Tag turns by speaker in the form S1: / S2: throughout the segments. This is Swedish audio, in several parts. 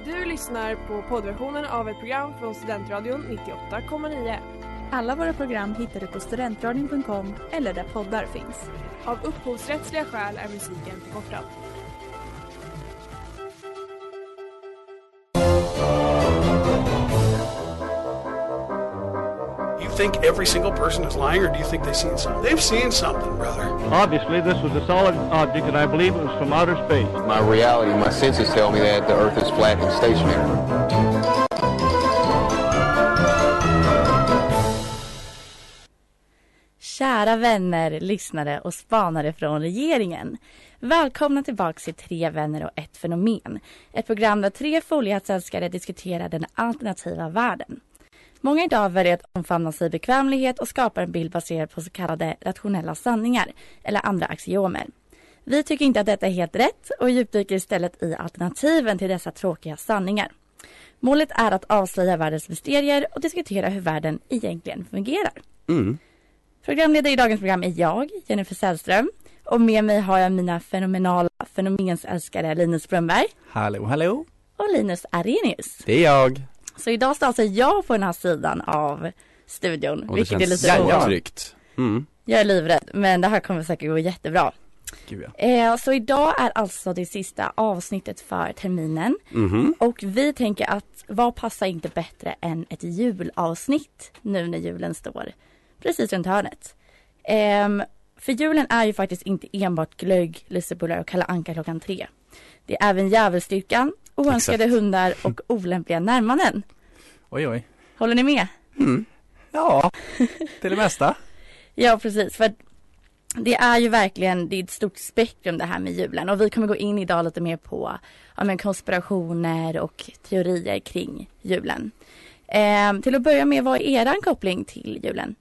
S1: Du lyssnar på poddversionen av ett program från Studentradion 98,9.
S2: Alla våra program hittar du på studentradion.com eller där poddar finns.
S1: Av upphovsrättsliga skäl är musiken förkortad.
S3: You think every single person is lying, or do you think they've seen something? They've seen something, brother.
S4: Obviously, this was a solid object, and I believe it was from outer space.
S5: My reality, my senses tell me that the Earth is flat and stationary.
S2: Kära vänner, lyssnare och spanare från regeringen. Välkomna tillbaka till 3 vänner och ett fenomen. Ett program där 3 foliehattsälskare diskuterar den alternativa världen. Många idag väljer att omfamna sig i bekvämlighet och skapar en bild baserad på så kallade rationella sanningar eller andra axiomer. Vi tycker inte att detta är helt rätt och djupdyker istället i alternativen till dessa tråkiga sanningar. Målet är att avslöja världens mysterier och diskutera hur världen egentligen fungerar. Programledare i dagens program är jag, Jennifer Sällström. Och med mig har jag mina fenomenala fenomensälskare Linus Brunberg.
S6: Hallå, hallå.
S2: Och Linus Arrhenius.
S6: Det är jag.
S2: Så idag står alltså jag på den här sidan av studion.
S6: Och
S2: vilket är lite
S6: tryggt.
S2: Jag är livrädd, men det här kommer säkert gå jättebra.
S6: Gud, ja.
S2: Så idag är alltså det sista avsnittet för terminen. Och vi tänker att vad passar inte bättre än ett julavsnitt nu när julen står precis runt hörnet. För julen är ju faktiskt inte enbart glögg, lussebullar och Kalle Anka klockan 3. Det är även djävulsdyrkan, oönskade hundar och olämpliga närmanden.
S6: Oj.
S2: Håller ni med?
S6: Ja, till det mesta.
S2: Ja, precis. För det är ju verkligen, det är ett stort spektrum det här med julen. Och vi kommer gå in idag lite mer på konspirationer och teorier kring julen. Till att börja med, vad är eran koppling till julen?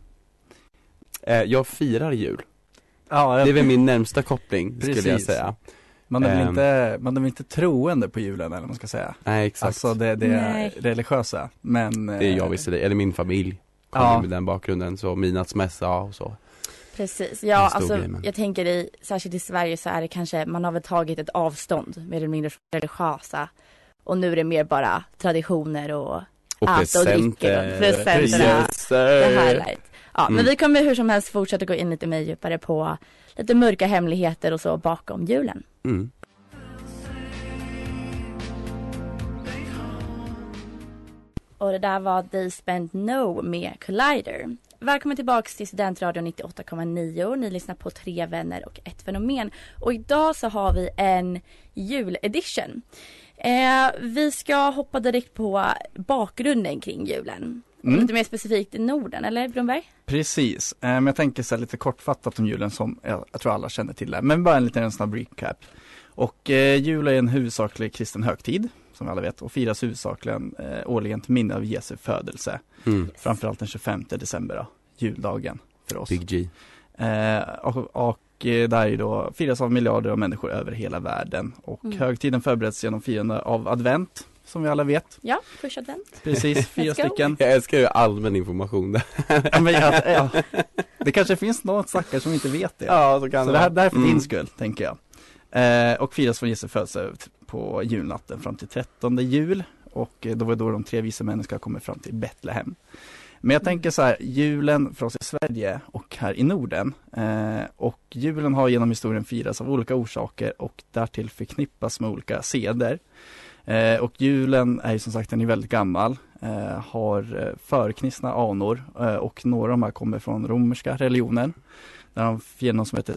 S7: Jag firar jul.
S6: Ja,
S7: det är väl min närmsta koppling,
S6: precis.
S7: Skulle jag säga.
S6: Man är väl inte troende på julen, eller vad man ska säga.
S7: Nej, exakt.
S6: Alltså det är religiösa, men...
S7: Det är jag visst, eller min familj kommer med den bakgrunden, så midnattsmässa och så.
S2: Precis, ja alltså jag tänker särskilt i Sverige så är det kanske, man har väl tagit ett avstånd med det mindre religiösa. Och nu är det mer bara traditioner och äta och dricka. Presenter. Det här ja, men vi kommer hur som helst fortsätta gå in lite mer djupare på lite mörka hemligheter och så bakom julen. Och det där var They Spent No med Collider. Välkommen tillbaka till Studentradion 98,9. Ni lyssnar på 3 vänner och ett fenomen. Och idag så har vi en juledition. Vi ska hoppa direkt på bakgrunden kring julen. Lite mer specifikt i Norden, eller Brunberg?
S6: Precis, men jag tänker så här lite kortfattat om julen som jag tror alla känner till det. Men bara en liten snabb recap. Och jul är en huvudsaklig kristen högtid, som alla vet, och firas huvudsakligen årligen till minne av Jesu födelse. Framförallt den 25 december då, juldagen för oss.
S7: Big G.
S6: Och där är då firas av miljarder av människor över hela världen. Och högtiden förbereds genom firande av advent, som vi alla vet.
S2: Ja, första advent.
S6: Precis, 4 stycken.
S7: Jag älskar ju allmän information där.
S6: Ja. Det kanske finns något stackare som inte vet det.
S7: Ja, så kan
S6: så det här därför din skull, tänker jag. Och firas från Jesu födelse på julnatten fram till 13 jul. Och då var de 3 visa männen ska komma fram till Betlehem. Men jag tänker så här, julen för oss i Sverige och här i Norden. Och julen har genom historien firats av olika orsaker och därtill förknippas med olika seder. Och julen är ju som sagt, den är väldigt gammal. Har förkristna anor och några av de här kommer från romerska religionen. Där de firar någon som heter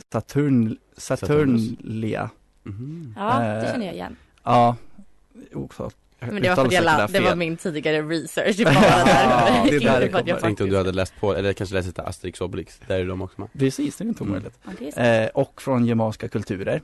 S6: Saturnlia.
S2: Ja, det känner jag igen.
S6: Ja,
S2: men det var för det var min tidigare research bara där.
S6: Det där kommer.
S7: Jag tänkte om du hade läst på, eller kanske läst lite Asterix Obelix. Där är de också med.
S6: Precis, det är inte omöjligt.
S2: Ja,
S6: och från germanska kulturer.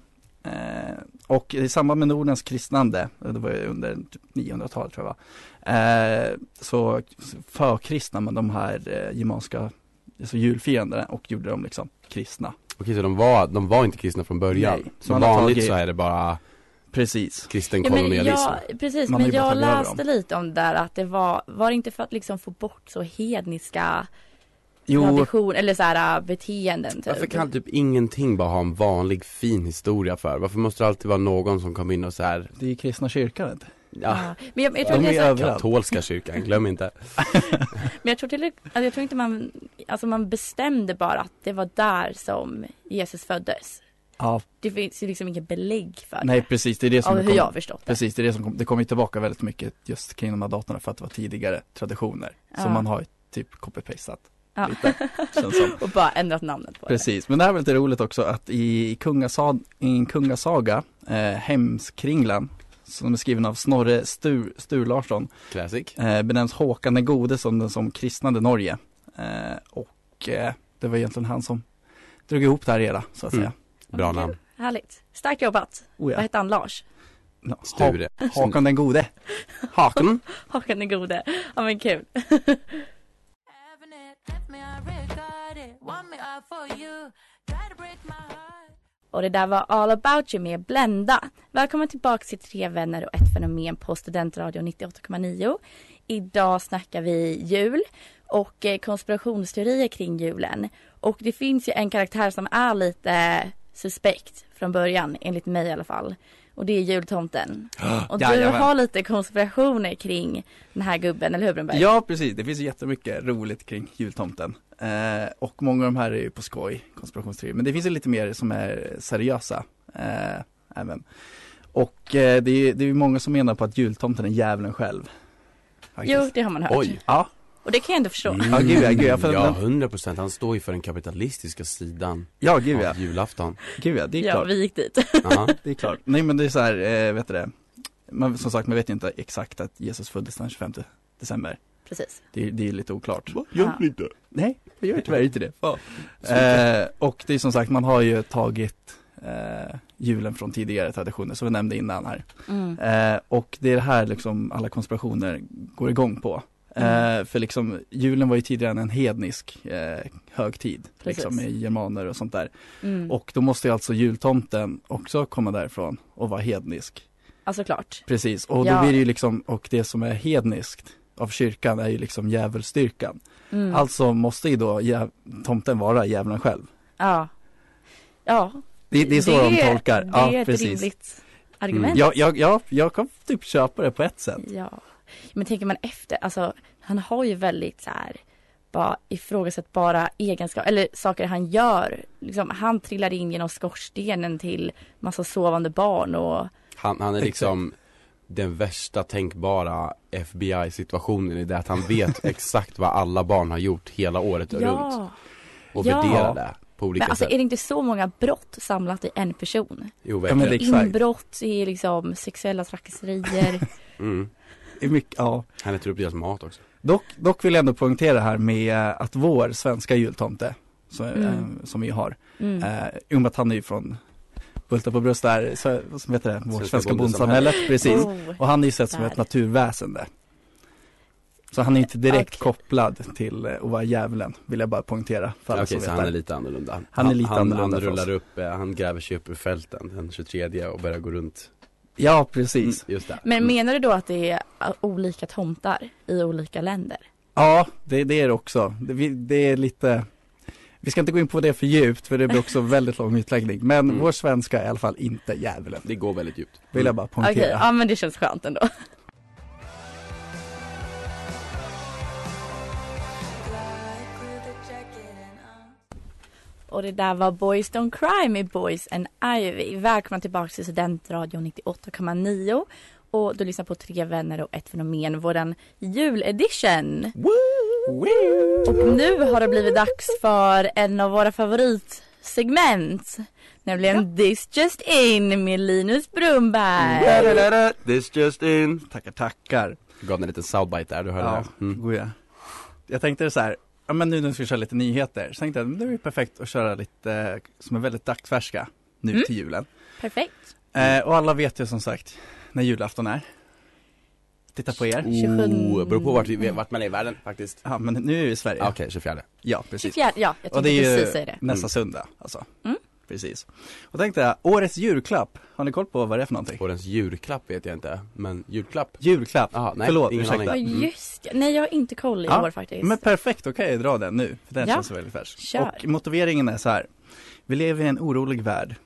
S6: Och i samband med Nordens kristnande, det var under 900-talet tror jag, så förkristnade man de här germanska julfirandena och gjorde dem liksom kristna.
S7: Okej, så de var inte kristna från början.
S6: Nej,
S7: som vanligt så är det bara
S6: precis
S7: kristen kolonialism.
S2: Precis, men jag läste lite om det där att det var inte för att liksom få bort så hedniska tradition eller så här beteenden typ.
S7: Varför kan typ ingenting bara ha en vanlig fin historia för? Varför måste det alltid vara någon som kommer in och så här?
S6: Det är ju kristna kyrkan.
S7: Ja,
S2: Men jag tror
S6: De
S2: det
S6: är
S2: är så här,
S6: överallt.
S7: katolska kyrkan, glöm inte.
S2: men jag tror inte man bestämde bara att det var där som Jesus föddes.
S6: Ja,
S2: Det finns ju liksom inget belägg för
S6: nej precis, det är det som
S2: av hur jag har förstått det.
S6: precis, det är det som det kommer tillbaka väldigt mycket just kring de här datorna för att det var tidigare traditioner.
S2: Ja.
S6: Så man har ju typ copy-pastat
S2: Ja.
S6: lite, känns som.
S2: Och bara ändrat namnet på
S6: Precis, men det här är väl lite roligt också att i en kungasaga, Hemskringlan, som är skriven av Snorre Sturlarsson,
S7: Classic.
S6: benämns Håkan den gode som den som kristnade Norge. Det var egentligen han som drog ihop det här hela, så att säga.
S7: Bra namn.
S2: det. Härligt. Starkt jobbat.
S6: Oh ja.
S2: Vad hette han? Lars?
S7: Sture.
S6: Håkan den gode. Haken.
S2: Håkan den gode. Ja men kul. Och det där var All About You med Blenda. Välkommen tillbaka till Tre vänner och ett fenomen på Studentradio 98,9. Idag snackar vi jul och konspirationsteorier kring julen. Och det finns ju en karaktär som är lite suspekt från början, enligt mig i alla fall. Och det är jultomten. Och du har lite konspirationer kring den här gubben, eller hur Brunberg?
S6: Ja, precis. Det finns jättemycket roligt kring jultomten. Och många av de här är ju på skoj, konspirationsteorier. Men det finns ju lite mer som är seriösa även. Och det är ju många som menar på att jultomten är djävulen själv. Faktiskt.
S2: Jo, det har man hört.
S7: Oj.
S6: Ja.
S2: Och det kan jag ändå förstå.
S6: Ja, gud,
S7: Ja, 100%. Han står ju för den kapitalistiska sidan
S6: Ja, gud ja.
S7: av julafton.
S6: Gud ja, det är
S2: Ja,
S6: klart.
S2: vi gick dit.
S7: Ja.
S6: Det är klart. Nej, men det är så här, vet du det? Som sagt, man vet inte exakt att Jesus föddes den 25 december.
S2: Precis.
S6: Det är lite oklart.
S2: Ja.
S7: inte.
S6: Nej, vi gör tyvärr inte det. Och det är som sagt, man har ju tagit julen från tidigare traditioner som vi nämnde innan här. Och det är det här liksom alla konspirationer går igång på. För liksom julen var ju tidigare en hednisk högtid liksom, med germaner och sånt där. Och då måste ju alltså jultomten också komma därifrån och vara hednisk.
S2: Alltså klart.
S6: Precis, och då blir det ju liksom, och det som är hedniskt av kyrkan är ju liksom djävulsstyrkan. Alltså måste ju då tomten vara djävulen själv.
S2: Ja. Ja.
S6: Det är så de tolkar.
S2: Det är ett rimligt argument.
S6: Jag kan typ köpa det på ett sätt.
S2: Ja. Men tänker man efter, alltså han har ju väldigt så här bara ifrågasättbara egenskaper, eller saker han gör. Liksom, han trillar in genom skorstenen till massa sovande barn och
S7: Han är liksom den värsta tänkbara FBI-situationen i det att han vet exakt vad alla barn har gjort hela året runt. Och värderar det på olika
S2: men alltså
S7: sätt.
S2: är det inte så många brott samlat i en person?
S7: Jo, verkligen.
S6: exakt.
S2: Inbrott är liksom sexuella trakasserier.
S6: Det är mycket, ja.
S7: Han äter upp deras mat också.
S6: Dock vill jag ändå poängtera här med att vår svenska jultomte som vi har, i och med att han är ju från Bulta på bröst där, så, som heter det, vårt svenska bondsamhället, precis. Och han är ju sett som ett naturväsende. Så han är inte direkt kopplad till att vara djävulen, vill jag bara poängtera.
S7: Okej, så han är lite annorlunda.
S6: Han är lite annorlunda.
S7: Han rullar upp, han gräver sig upp ur fälten den 23 och börjar gå runt.
S6: Ja, precis.
S7: Just det.
S2: Men menar du då att det är olika tomtar i olika länder?
S6: Ja, det är det också. Det är lite... Vi ska inte gå in på det för djupt, för det blir också väldigt lång utläggning. Men vår svenska är i alla fall inte djävulen.
S7: Det går väldigt djupt.
S6: Vill jag bara poängtera.
S2: Okej, ja men det känns skönt ändå. Och det där var Boys Don't Cry med Boys and Ivy. Välkomna tillbaka till Studentradion 98,9. Och du lyssnar på Tre vänner och ett fenomen, våran juledition. Och nu har det blivit dags för en av våra favoritsegment. Nämligen This Just In med Linus Brunberg.
S7: This just in.
S6: Tackar.
S7: Gav en liten soundbite där, du hörde det.
S6: Ja. Jag tänkte så här, ja men nu när vi ska köra lite nyheter, så tänkte jag det är perfekt att köra lite som är väldigt dagsfärska nu till julen.
S2: Perfekt.
S6: Och alla vet ju som sagt när julafton är. Titta på er.
S2: 27.
S7: Beror på vart man är i världen faktiskt.
S6: Ja, men nu är vi i Sverige.
S7: Okej, 24.
S6: Ja, precis.
S2: 24, ja, jag
S6: Och det
S2: tänkte
S6: är
S2: precis
S6: ju
S2: säga det.
S6: nästa söndag alltså. Precis. Och tänkte jag, årets julklapp. Har ni koll på vad det är för någonting?
S7: Årens julklapp vet jag inte, men julklapp.
S6: Julklapp.
S7: Aha, nej,
S6: Förlåt,
S7: ingen
S6: ursäkta.
S2: Ja, just nej, jag har inte koll i år faktiskt.
S6: Men perfekt, okej, dra den nu. För den
S2: Ja.
S6: känns väldigt färsk.
S2: Kör.
S6: Och motiveringen är så här. Vi lever i en orolig värld.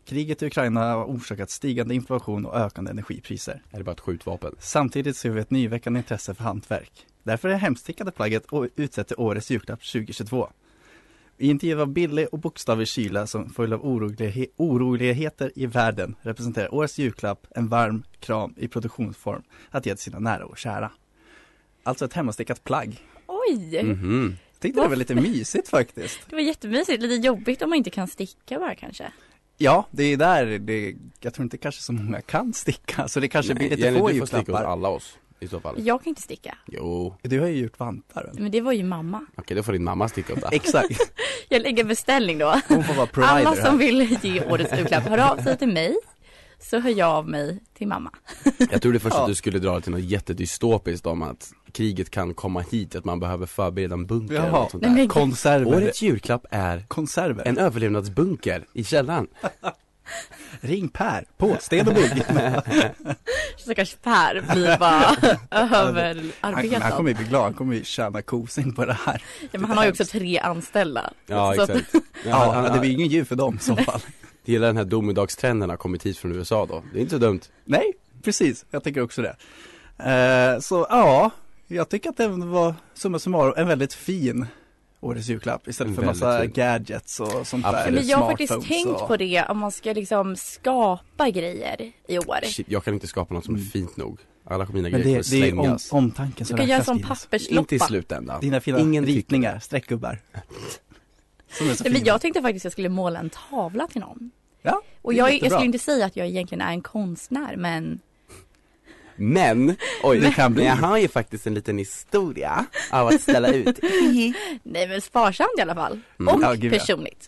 S6: Kriget i Ukraina har orsakat stigande inflation och ökande energipriser.
S7: Är det bara ett skjutvapen?
S6: Samtidigt ser vi ett nyväckande intresse för hantverk. Därför är hemstickade plagget utsett till årets julklapp 2022. I intervju av Billy och bokstavlig kyla som följd av oroligheter i världen representerar årets julklapp en varm kram i produktionsform att ge till sina nära och kära. Alltså ett hemmastickat plagg.
S2: Oj!
S7: Mhm.
S6: Tyckte det var lite mysigt faktiskt.
S2: Det var jättemysigt, lite jobbigt om man inte kan sticka bara kanske.
S6: Ja, det är där jag tror inte kanske så många kan sticka. Så det kanske blir lite
S7: Jenny,
S6: få
S7: du får sticka hos
S6: julklappar.
S7: alla oss i så fall.
S2: Jag kan inte sticka.
S7: Jo,
S6: Du har ju gjort vantar. Väl?
S2: Men det var ju mamma.
S7: okej, då får din mamma sticka upp det.
S6: Exakt.
S2: Jag lägger beställning då.
S6: Hon får vara provider
S2: Alla
S6: här.
S2: som vill ge årets julklapp, hör av sig till mig. Så hör jag av mig till mamma.
S7: Jag trodde först
S6: Ja.
S7: att du skulle dra till något jättedystopiskt om att kriget kan komma hit, att man behöver förbereda en bunker eller
S6: Jaha,
S7: något sånt
S2: Nej,
S7: där.
S2: men-
S6: konserver.
S7: Årets julklapp är
S6: Konserver.
S7: en överlevnadsbunker i källaren.
S6: Ring Per på Sten och Bugg.
S2: Så kanske Per blir bara
S6: Han
S2: överarbetad.
S6: kommer ju bli glad, han kommer ju tjäna kosing på det här.
S2: Ja, men han har ju också 3 anställda.
S7: Ja,
S2: Så att-
S7: exakt.
S6: Ja, det blir ingen djur för dem i så fall.
S7: Hela den här domedagstrenden har kommit hit från USA då. Det är inte så dumt.
S6: Nej, precis. Jag tycker också det. Så ja, jag tycker att det var summa summarum en väldigt fin årets julklapp istället för
S7: Väldigt
S6: massa
S7: fin.
S6: gadgets och sånt
S7: Absolut.
S6: där.
S2: Men jag har faktiskt
S6: Smartphones
S2: tänkt
S6: och...
S2: på det om man ska liksom skapa grejer i år.
S7: Shit, jag kan inte skapa något som är fint nog. Alla mina
S6: Men
S7: grejer
S6: det,
S7: kommer
S6: det är
S7: slängas.
S6: omtanken som
S2: Du kan göra
S6: räknas,
S2: som
S6: Linus.
S7: Inte i
S2: pappersloppa.
S7: slutändan.
S6: Dina fina
S7: Ingen
S6: ritningar, streckgubbar. Som är så
S2: Nej, men
S6: fina.
S2: jag tänkte faktiskt att jag skulle måla en tavla till någon.
S6: Ja,
S2: Och
S6: det är
S2: jag
S6: jättebra.
S2: skulle inte säga att jag egentligen är en konstnär, men
S7: Men, oj,
S6: Det kan bli.
S7: men jag har ju faktiskt en liten historia av att ställa ut.
S2: nej, men sparsamt i alla fall.
S7: Mm.
S2: Och
S6: Ja, gud, ja.
S2: personligt.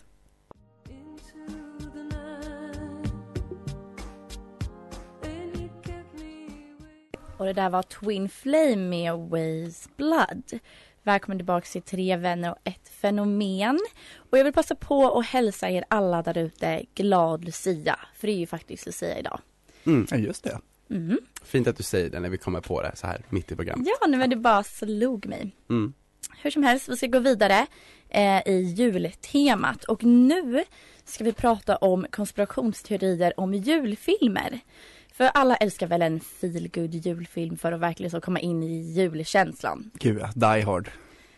S2: Och det där var Twin Flame med Ways Blood. Välkommen tillbaka till 3 vänner och ett fenomen. Och jag vill passa på att hälsa er alla där ute glad Lucia. För det är ju faktiskt Lucia idag.
S6: Ja, just det.
S2: Mm.
S7: Fint att du säger det när vi kommer på det så här mitt i programmet.
S2: Ja, nu men det bara slog mig.
S7: Mm.
S2: Hur som helst, vi ska gå vidare i jultemat. Och nu ska vi prata om konspirationsteorier om julfilmer. För alla älskar väl en feel good julfilm för att verkligen så komma in i julkänslan.
S6: Gud, ja, Die Hard.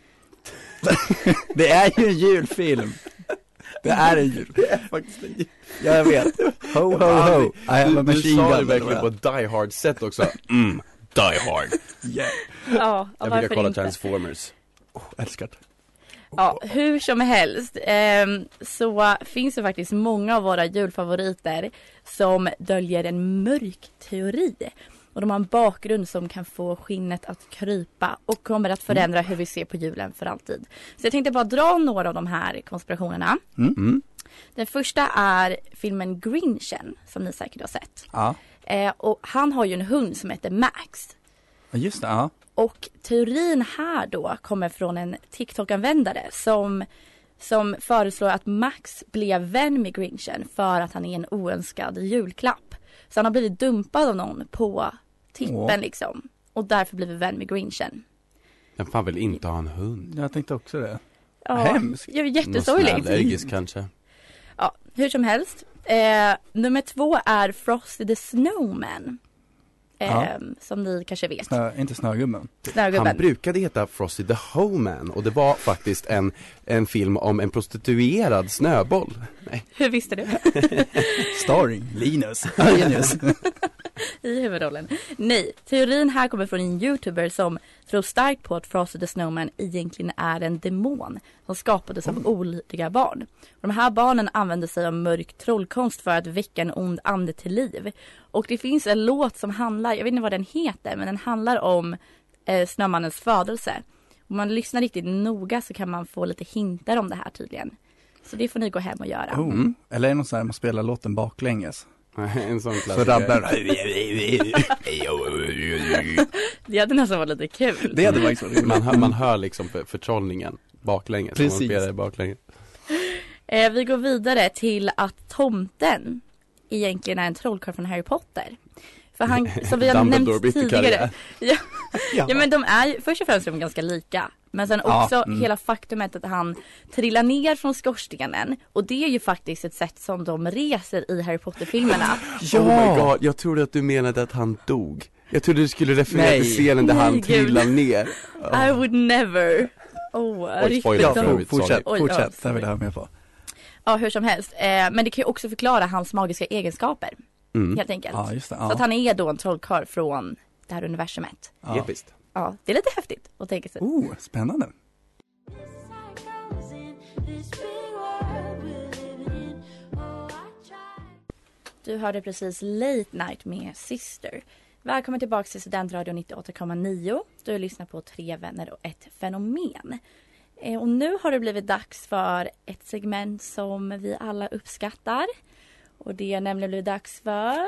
S6: Det är ju en julfilm. Det är en jul. Det är faktiskt en jul. Ja, jag vet. Ho, ho, ho. I have a
S7: Du
S6: machine
S7: sa det
S6: gun.
S7: verkligen på Die Hard sätt också. Die Hard.
S6: Yeah.
S2: Ja, och
S7: Jag
S2: varför
S7: brukar kolla
S2: inte?
S7: Transformers.
S6: Älskar det.
S2: Ja, hur som helst så finns det faktiskt många av våra julfavoriter som döljer en mörk teori. Och de har en bakgrund som kan få skinnet att krypa och kommer att förändra hur vi ser på julen för alltid. Så jag tänkte bara dra några av de här konspirationerna. Den första är filmen Grinchen som ni säkert har sett.
S6: Ja,
S2: Och han har ju en hund som heter Max.
S6: just det. Ja.
S2: Och teorin här då kommer från en TikTok-användare som föreslår att Max blev vän med Grinchen för att han är en oönskad julklapp. Så han har blivit dumpad av någon på tippen liksom. Och därför blir vi vän med Grinchen.
S7: Den fan vill inte ha en hund.
S6: Jag tänkte också det.
S2: Ja,
S6: Hemskt.
S2: det är
S7: Någon som är
S2: jättesorgligt.
S7: allergisk kanske.
S2: Ja, hur som helst. Nummer 2 är Frosty the Snowman. Som ni kanske vet.
S6: Inte snögubben.
S2: Snögubben.
S7: Han brukade heta Frosty the Homeman och det var faktiskt en film om en prostituerad snöboll. Nej.
S2: Hur visste du?
S6: Starring Linus. Linus.
S2: I huvudrollen. Nej, teorin här kommer från en YouTuber som tror starkt på att Frosty the Snowman egentligen är en demon som skapades av olydiga barn. Och de här barnen använder sig av mörk trollkonst för att väcka en ond ande till liv. Och det finns en låt som handlar, jag vet inte vad den heter, men den handlar om Snömannens födelse. Om man lyssnar riktigt noga så kan man få lite hintar om det här tydligen. Så det får ni gå hem och göra.
S6: Eller är det någon sån här man spelar låten baklänges?
S7: En sån
S6: Så
S7: klassiker.
S6: rabblar.
S2: Det hade nästan varit lite kul.
S6: Det hade faktiskt varit roligt.
S7: Man hör liksom förtrollningen baklänges.
S6: Precis.
S7: Man spelar baklänges.
S2: Vi går vidare till att tomten egentligen är en trollkarl från Harry Potter. För han, som vi har nämnt tidigare.
S6: Ja.
S2: Ja, men de är ju, först och främst är de ganska lika. Men sen också hela faktumet att han trillar ner från skorstenen. Och det är ju faktiskt ett sätt som de reser i Harry Potter-filmerna.
S7: Ja. Oh my god, jag trodde att du menade att han dog. Jag trodde du skulle referera till scenen där han trillar ner.
S2: I would never.
S6: Fortsätt, det vill jag ha med på.
S2: Ja, hur som helst. Men det kan ju också förklara hans magiska egenskaper. Helt enkelt.
S6: Ja, just det. Ja.
S2: Så att han är då en trollkarl från det här universumet.
S7: Ja, visst.
S2: Ja, det är lite häftigt att tänka sig.
S6: Spännande.
S2: Du hörde precis Late Night med Sister. Välkommen tillbaka till Studentradion 98,9. Du lyssnar på 3 vänner och ett fenomen. Och nu har det blivit dags för ett segment som vi alla uppskattar. Och det är nämligen blivit dags för...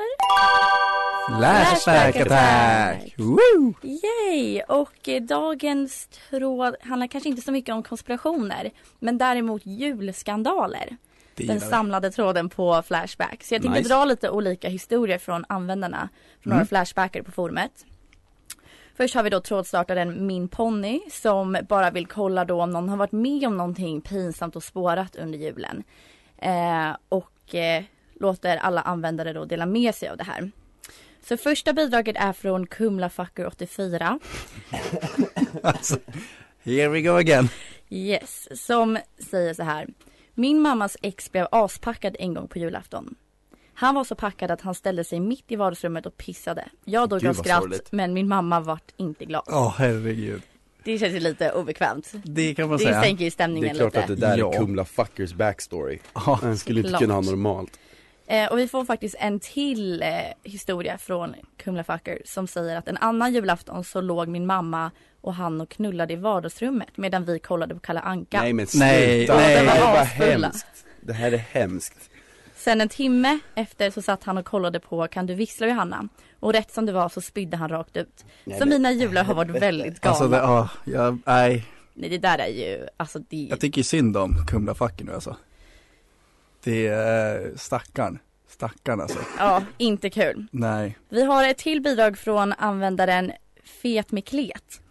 S6: Flashback Attack! Woo!
S2: Yay! Och dagens tråd handlar kanske inte så mycket om konspirationer. Men däremot julskandaler. Den samlade tråden på Flashback. Så jag tänkte dra lite olika historier från användarna. Från några flashbackare på forumet. Först har vi då trådstartaren Min Pony som bara vill kolla då om någon har varit med om någonting pinsamt och spårat under julen. Och låter alla användare då dela med sig av det här. Så första bidraget är från Kumlafucker84.
S6: Alltså, here we go again.
S2: Yes, som säger så här. Min mammas ex blev aspackad en gång på julafton. Han var så packad att han ställde sig mitt i vardagsrummet och pissade. Jag dog av skratt, men min mamma vart inte glad.
S6: Herregud.
S2: Det känns ju lite obekvämt.
S6: Det kan man säga.
S2: Det sänker ju stämningen lite.
S7: Det är klart att det där är Kumlafuckers backstory. Han skulle inte kunna ha normalt.
S2: Och vi får faktiskt en till historia från Kumlafucker som säger att en annan julafton så låg min mamma och han och knullade i vardagsrummet medan vi kollade på Kalle Anka.
S7: Nej men sluta, det var hemskt. Det här är hemskt.
S2: Sen en timme efter så satt han och kollade på Kan du vissla Johanna? Och rätt som det var så spydde han rakt ut. Så mina jular har varit väldigt galna.
S6: Alltså nej,
S2: det där är ju, alltså det...
S6: Jag tycker ju synd om Kumlafucker nu alltså. Det är stackarn alltså.
S2: Ja, inte kul.
S6: Nej.
S2: Vi har ett till bidrag från användaren Fet med klet.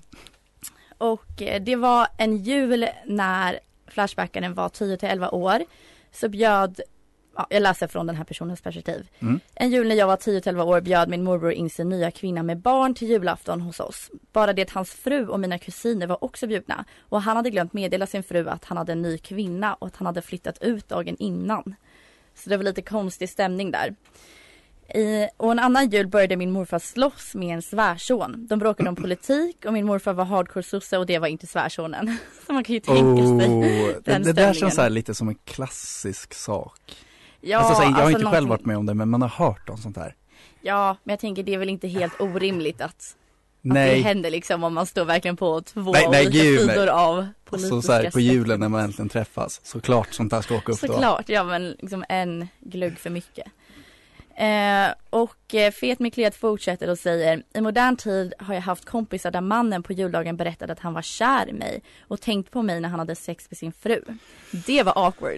S2: Och det var en jul när flashbackaren var 10-11 år. Så bjöd, jag läser från den här personens perspektiv. En jul när jag var 10-11 år bjöd min morbror in sin nya kvinna med barn till julafton hos oss. Bara det att hans fru och mina kusiner var också bjudna. Och han hade glömt meddela sin fru att han hade en ny kvinna och att han hade flyttat ut dagen innan. Så det var lite konstig stämning där. Och en annan jul började min morfar slåss med en svärson. De bråkade om politik och min morfar var hardcore-sosse och det var inte svärsonen. Så man kan ju tänka sig
S6: det där känns så här lite som en klassisk sak.
S2: Ja,
S6: alltså, jag har inte själv varit med om det, men man har hört om sånt här.
S2: Ja, men jag tänker det är väl inte helt orimligt att det händer liksom om man står verkligen på två olika sidor av politiska
S6: så här, på julen när man äntligen träffas. Såklart sånt här ska åka upp då.
S2: Såklart, ja men liksom en glugg för mycket. Och Fet med klet fortsätter och säger: i modern tid har jag haft kompisar där mannen på juldagen berättade att han var kär i mig och tänkt på mig när han hade sex med sin fru. Det var awkward.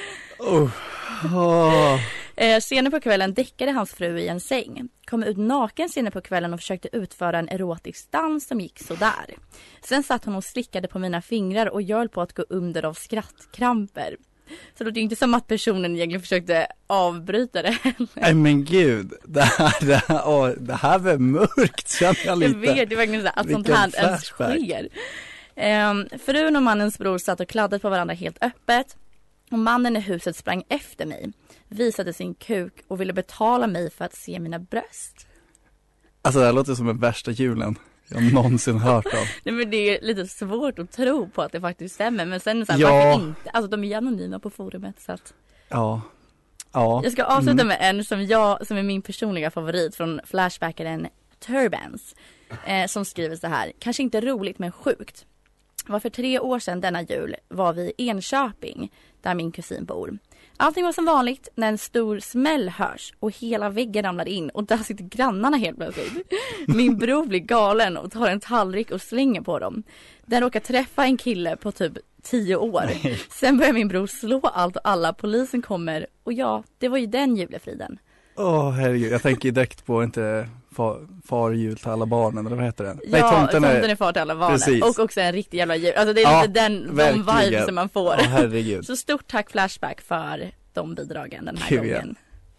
S2: Senare på kvällen däckade hans fru i en säng. Kom ut naken senare på kvällen och försökte utföra en erotisk dans som gick sådär. Sen satt hon och slickade på mina fingrar och jag höll på att gå under av skrattkramper. Så det är inte som att personen egentligen försökte avbryta det.
S6: Nej men gud, det här var mörkt, känner jag lite.
S2: Jag vet, det var verkligen så att sånt här ens sker. Frun och mannens bror satt och kladdade på varandra helt öppet. Och mannen i huset sprang efter mig, visade sin kuk och ville betala mig för att se mina bröst.
S6: Alltså det här låter som den värsta julen jag någonsin hört om.
S2: Nej men det är lite svårt att tro på att det faktiskt stämmer. Men sen så här, varför inte? Alltså de är anonyma på forumet så att...
S6: Ja.
S2: Jag ska avsluta med en som är min personliga favorit från flashbackaren Turbans. Som skriver så här: kanske inte roligt men sjukt. Var för 3 år sedan denna jul var vi i Enköping där min kusin bor. Allting var som vanligt när en stor smäll hörs och hela väggen ramlar in och där sitter grannarna helt plötsligt. Min bror blir galen och tar en tallrik och slänger på dem. Den råkar träffa en kille på typ 10 år. Sen börjar min bror slå allt och alla. Polisen kommer och ja, det var ju den julefriden.
S6: Herregud, jag tänker direkt på inte far jul till alla barnen, eller vad heter den?
S2: Ja,
S6: Nej, tomten
S2: är far till alla barnen.
S6: Precis.
S2: Och också en riktig jävla jul. Alltså det är lite de vibes som man får.
S6: Herregud.
S2: Så stort tack Flashback för de bidragen den här
S6: Kul,
S2: gången.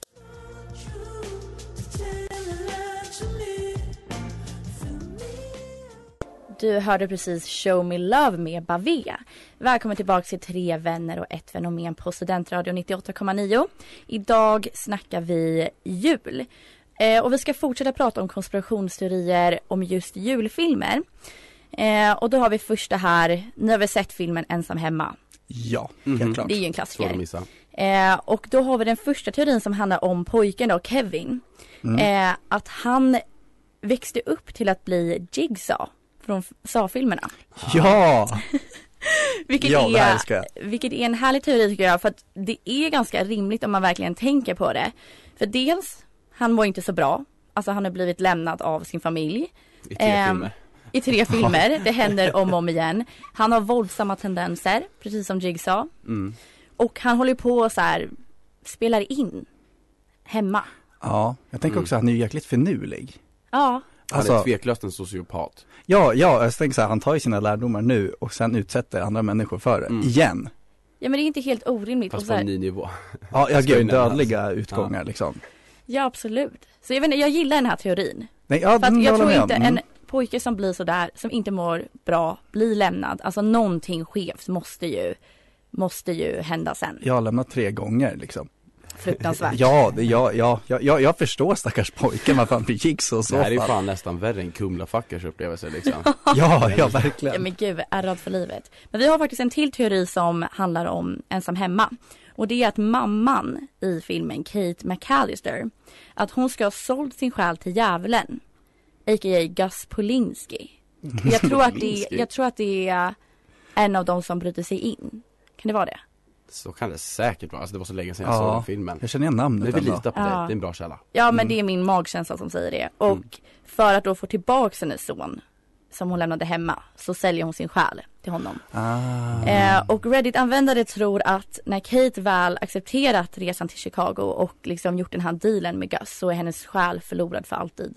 S2: Du hörde precis Show Me Love med Bavea. Välkommen tillbaka till 3 vänner och ett fenomen på Studentradio 98,9. Idag snackar vi jul. Och vi ska fortsätta prata om konspirationsteorier om just julfilmer. Och då har vi första här. Ni har väl sett filmen Ensam hemma?
S6: Ja, helt klart.
S2: Det är ju en klassiker.
S7: missa.
S2: Och då har vi den första teorin som handlar om pojken då, Kevin. Att han växte upp till att bli Jigsaw från Saw-filmerna.
S6: Ja!
S2: vilket är en härlig teori tycker jag, för att det är ganska rimligt om man verkligen tänker på det. För dels, han mår inte så bra. Alltså han har blivit lämnad av sin familj. I 3 filmer. Det händer om och om igen. Han har våldsamma tendenser, precis som Jigsaw. Och han håller på så här, spelar in hemma.
S6: Ja, jag tänker också att han är ju jäkligt finurlig.
S2: Ja.
S7: Han är tveklöst en sociopat.
S6: Ja, jag tänker så här, han tar ju sina lärdomar nu och sen utsätter andra människor för det. Igen.
S2: Ja, men det är inte helt orimligt.
S7: Fast på en ny nivå.
S6: Ja, gud, dödliga utgångar liksom.
S2: Ja, absolut. Så jag vet inte, jag gillar den här teorin.
S6: Nej,
S2: för att jag tror inte en pojke som blir så där, som inte mår bra, blir lämnad. Alltså någonting skevt måste ju hända sen.
S6: Jag har lämnat 3 gånger liksom.
S2: Fruktansvärt.
S6: Jag förstår stackars pojken varför han blir Jigsaw så.
S7: Det här är ju fan nästan värre än Kumla-fuckers upplevelse liksom.
S6: ja, verkligen.
S2: Ja, men gud, ärrad för livet. Men vi har faktiskt en till teori som handlar om ensam hemma. Och det är att mamman i filmen, Kate McAllister, att hon ska ha sålt sin själ till djävulen, a.k.a. Gus Polinski. Jag tror att det är en av de som bryter sig in. Kan det vara det?
S7: Så kan det säkert vara. Alltså det var så länge sedan jag såg filmen.
S6: Jag känner igen namnet.
S7: Vi litar på det. Det är en bra källa.
S2: Ja, men det är min magkänsla som säger det. Och för att då få tillbaka hennes son som hon lämnade hemma, så säljer hon sin själ till honom. Och Reddit-användare tror att när Kate väl accepterat resan till Chicago och liksom gjort den här dealen med Gus, så är hennes själ förlorad för alltid.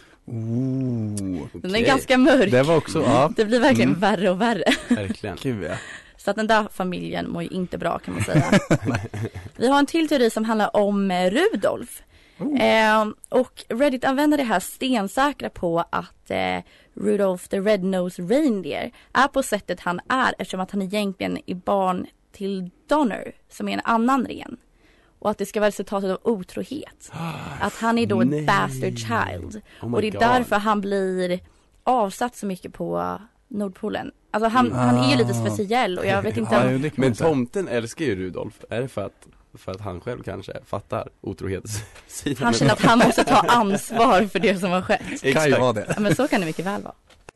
S2: Den är ganska mörk.
S6: Det var också,
S2: det blir verkligen värre och värre.
S7: Verkligen.
S2: Så att den där familjen mår ju inte bra, kan man säga. Vi har en till teori som handlar om Rudolf. Och Reddit-användare här stensäkra på att Rudolph the Red-Nosed Reindeer är på sättet han är, eftersom att han egentligen är barn till Donner, som är en annan ren. Och att det ska vara resultatet av otrohet. Att han är då ett bastard child. Och det är därför han blir avsatt så mycket på Nordpolen. Alltså han är ju lite speciell och jag vet inte
S7: Men tomten älskar ju Rudolf. Är det för att han själv kanske fattar otrohetssidan?
S2: Han känner att han måste ta ansvar för det som har skett.
S6: Det kan ju vara det.
S2: Ja, men så kan det mycket väl vara.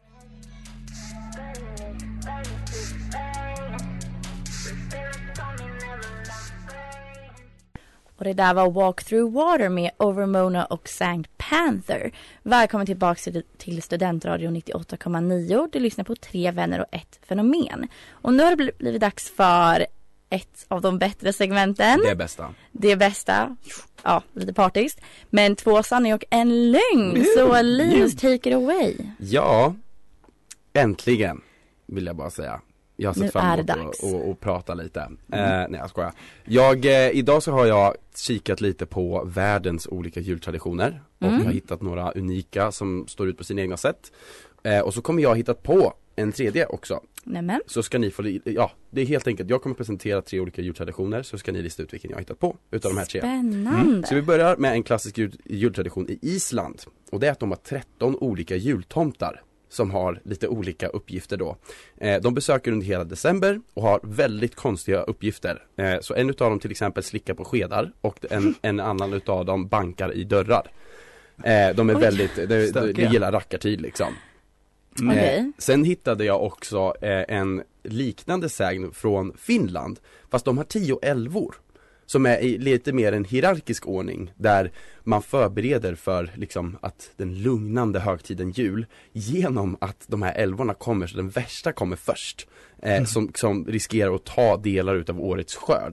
S2: Och det där var Walk Through Water med Overmona och Sankt Panther. Välkommen tillbaka till Studentradio 98,9. Du lyssnar på 3 vänner och ett fenomen. Och nu har det blivit dags för ett av de bättre segmenten. Det bästa. Ja, lite partiskt. Men 2 sanningar och en lögn. Så Linus, take it away.
S7: Ja, äntligen vill jag bara säga. Jag har sett fram emot och prata lite. Nej, jag skojar. Idag så har jag kikat lite på världens olika jultraditioner. Och jag har hittat några unika som står ut på sina egna sätt. Och så kommer jag hittat på en tredje också.
S2: Nämen.
S7: Så ska ni få, det är helt enkelt. Jag kommer presentera 3 olika jultraditioner. Så ska ni lista ut vilken jag har hittat på utav de här 3.
S2: Spännande.
S7: Så vi börjar med en klassisk jultradition i Island. Och det är att de har 13 olika jultomtar som har lite olika uppgifter då. De besöker under hela december och har väldigt konstiga uppgifter. Så en utav dem till exempel slickar på skedar och en annan utav dem bankar i dörrar. De är väldigt, de gillar rackartid liksom. Sen hittade jag också en liknande sägn från Finland, fast de har 10 älvor. Som är i lite mer en hierarkisk ordning där man förbereder för liksom att den lugnande högtiden jul genom att de här älvorna kommer, så den värsta kommer först. Som riskerar att ta delar utav årets skörd.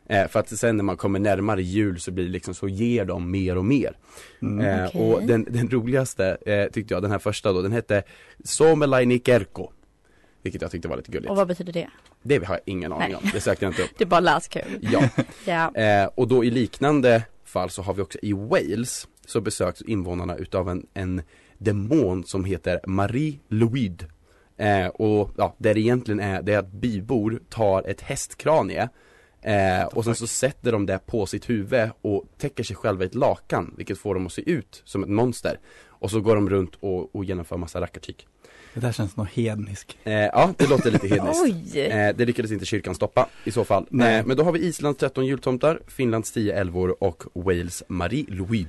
S7: För att sen när man kommer närmare jul så blir det liksom så ger de mer och mer.
S2: Okej.
S7: Och den roligaste tyckte jag, den här första då, den hette Somelaini Kerko. Vilket jag tyckte var lite gulligt.
S2: Och vad betyder det?
S7: Det har jag ingen aning om, det sökte jag inte upp.
S2: Det är bara läskul.
S7: Ja.
S2: Ja.
S7: Och då i liknande fall så har vi också i Wales så besöks invånarna utav en demon som heter Marie Louise. Och ja, där det egentligen är det att bybor tar ett hästkranie och sen så sätter de det på sitt huvud och täcker sig själva i ett lakan, vilket får dem att se ut som ett monster. Och så går de runt och genomför massa rackartyg.
S6: Det där känns nog hednisk.
S7: Ja, det låter lite hedniskt.
S2: Oj.
S7: Det lyckades inte kyrkan stoppa i så fall. Men då har vi Islands 13 jultomtar, Finlands 10 älvor och Wales Marie Louise.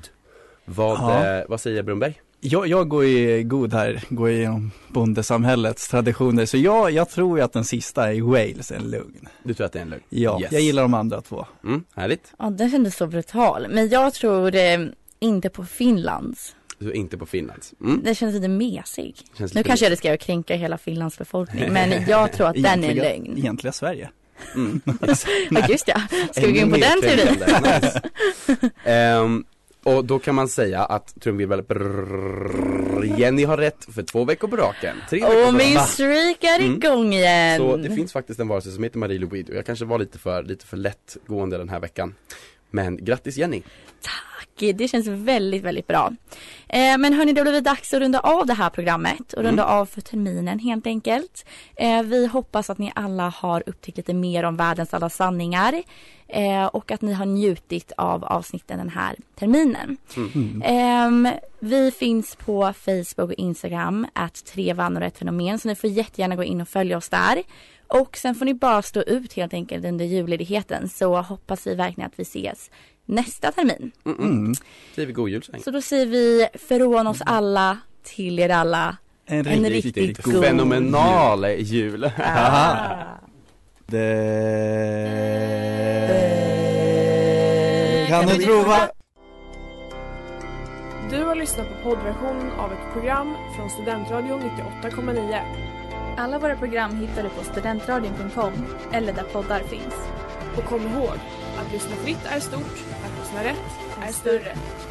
S7: Vad säger Brunberg?
S6: Jag går i god här, går igenom bondesamhällets traditioner. Så jag tror ju att den sista i Wales är lugn.
S7: Du tror att det är en lögn?
S6: Ja,
S7: Yes.
S6: jag gillar de andra två.
S7: Härligt.
S2: Ja, den kändes så brutal. Men jag tror inte på Finlands.
S7: Du är inte på Finlands.
S2: Den känns lite mesig.
S7: Känns
S2: Nu
S7: lite
S2: kanske jag riskerar att kränka hela Finlands befolkning. Men jag tror att den är lögn.
S6: Egentligen Sverige.
S2: Ja, just ja. Ska vi gå in på den teorin?
S7: Nice. Och då kan man säga att trumvirvel Jenny har rätt för 2 veckor på raken. 3 veckor på raken.
S2: min streak är igång igen.
S7: Så det finns faktiskt en varelse som heter Marie Louise. Och jag kanske var lite för lättgående den här veckan. Men grattis Jenny.
S2: Tack, det känns väldigt, väldigt bra. Men hörni, då blir det dags att runda av det här programmet. Och runda av för terminen helt enkelt. Vi hoppas att ni alla har upptäckt lite mer om världens alla sanningar. Och att ni har njutit av avsnitten den här terminen. Vi finns på Facebook och Instagram @3vänner1fenomen. Så ni får jättegärna gå in och följa oss där. Och sen får ni bara stå ut helt enkelt under julledigheten. Så hoppas vi verkligen att vi ses nästa termin.
S7: Säger vi god jul
S2: så då säger vi från oss alla till er alla en riktigt god
S7: fenomenal jul.
S6: Det kan du tro, va?
S1: Du har lyssnat på poddversion av ett program från Studentradion 98,9.
S8: Alla våra program hittar du på studentradion.com eller där poddar finns.
S1: Och kom ihåg, att lyssna fritt är stort, att lyssna rätt är större.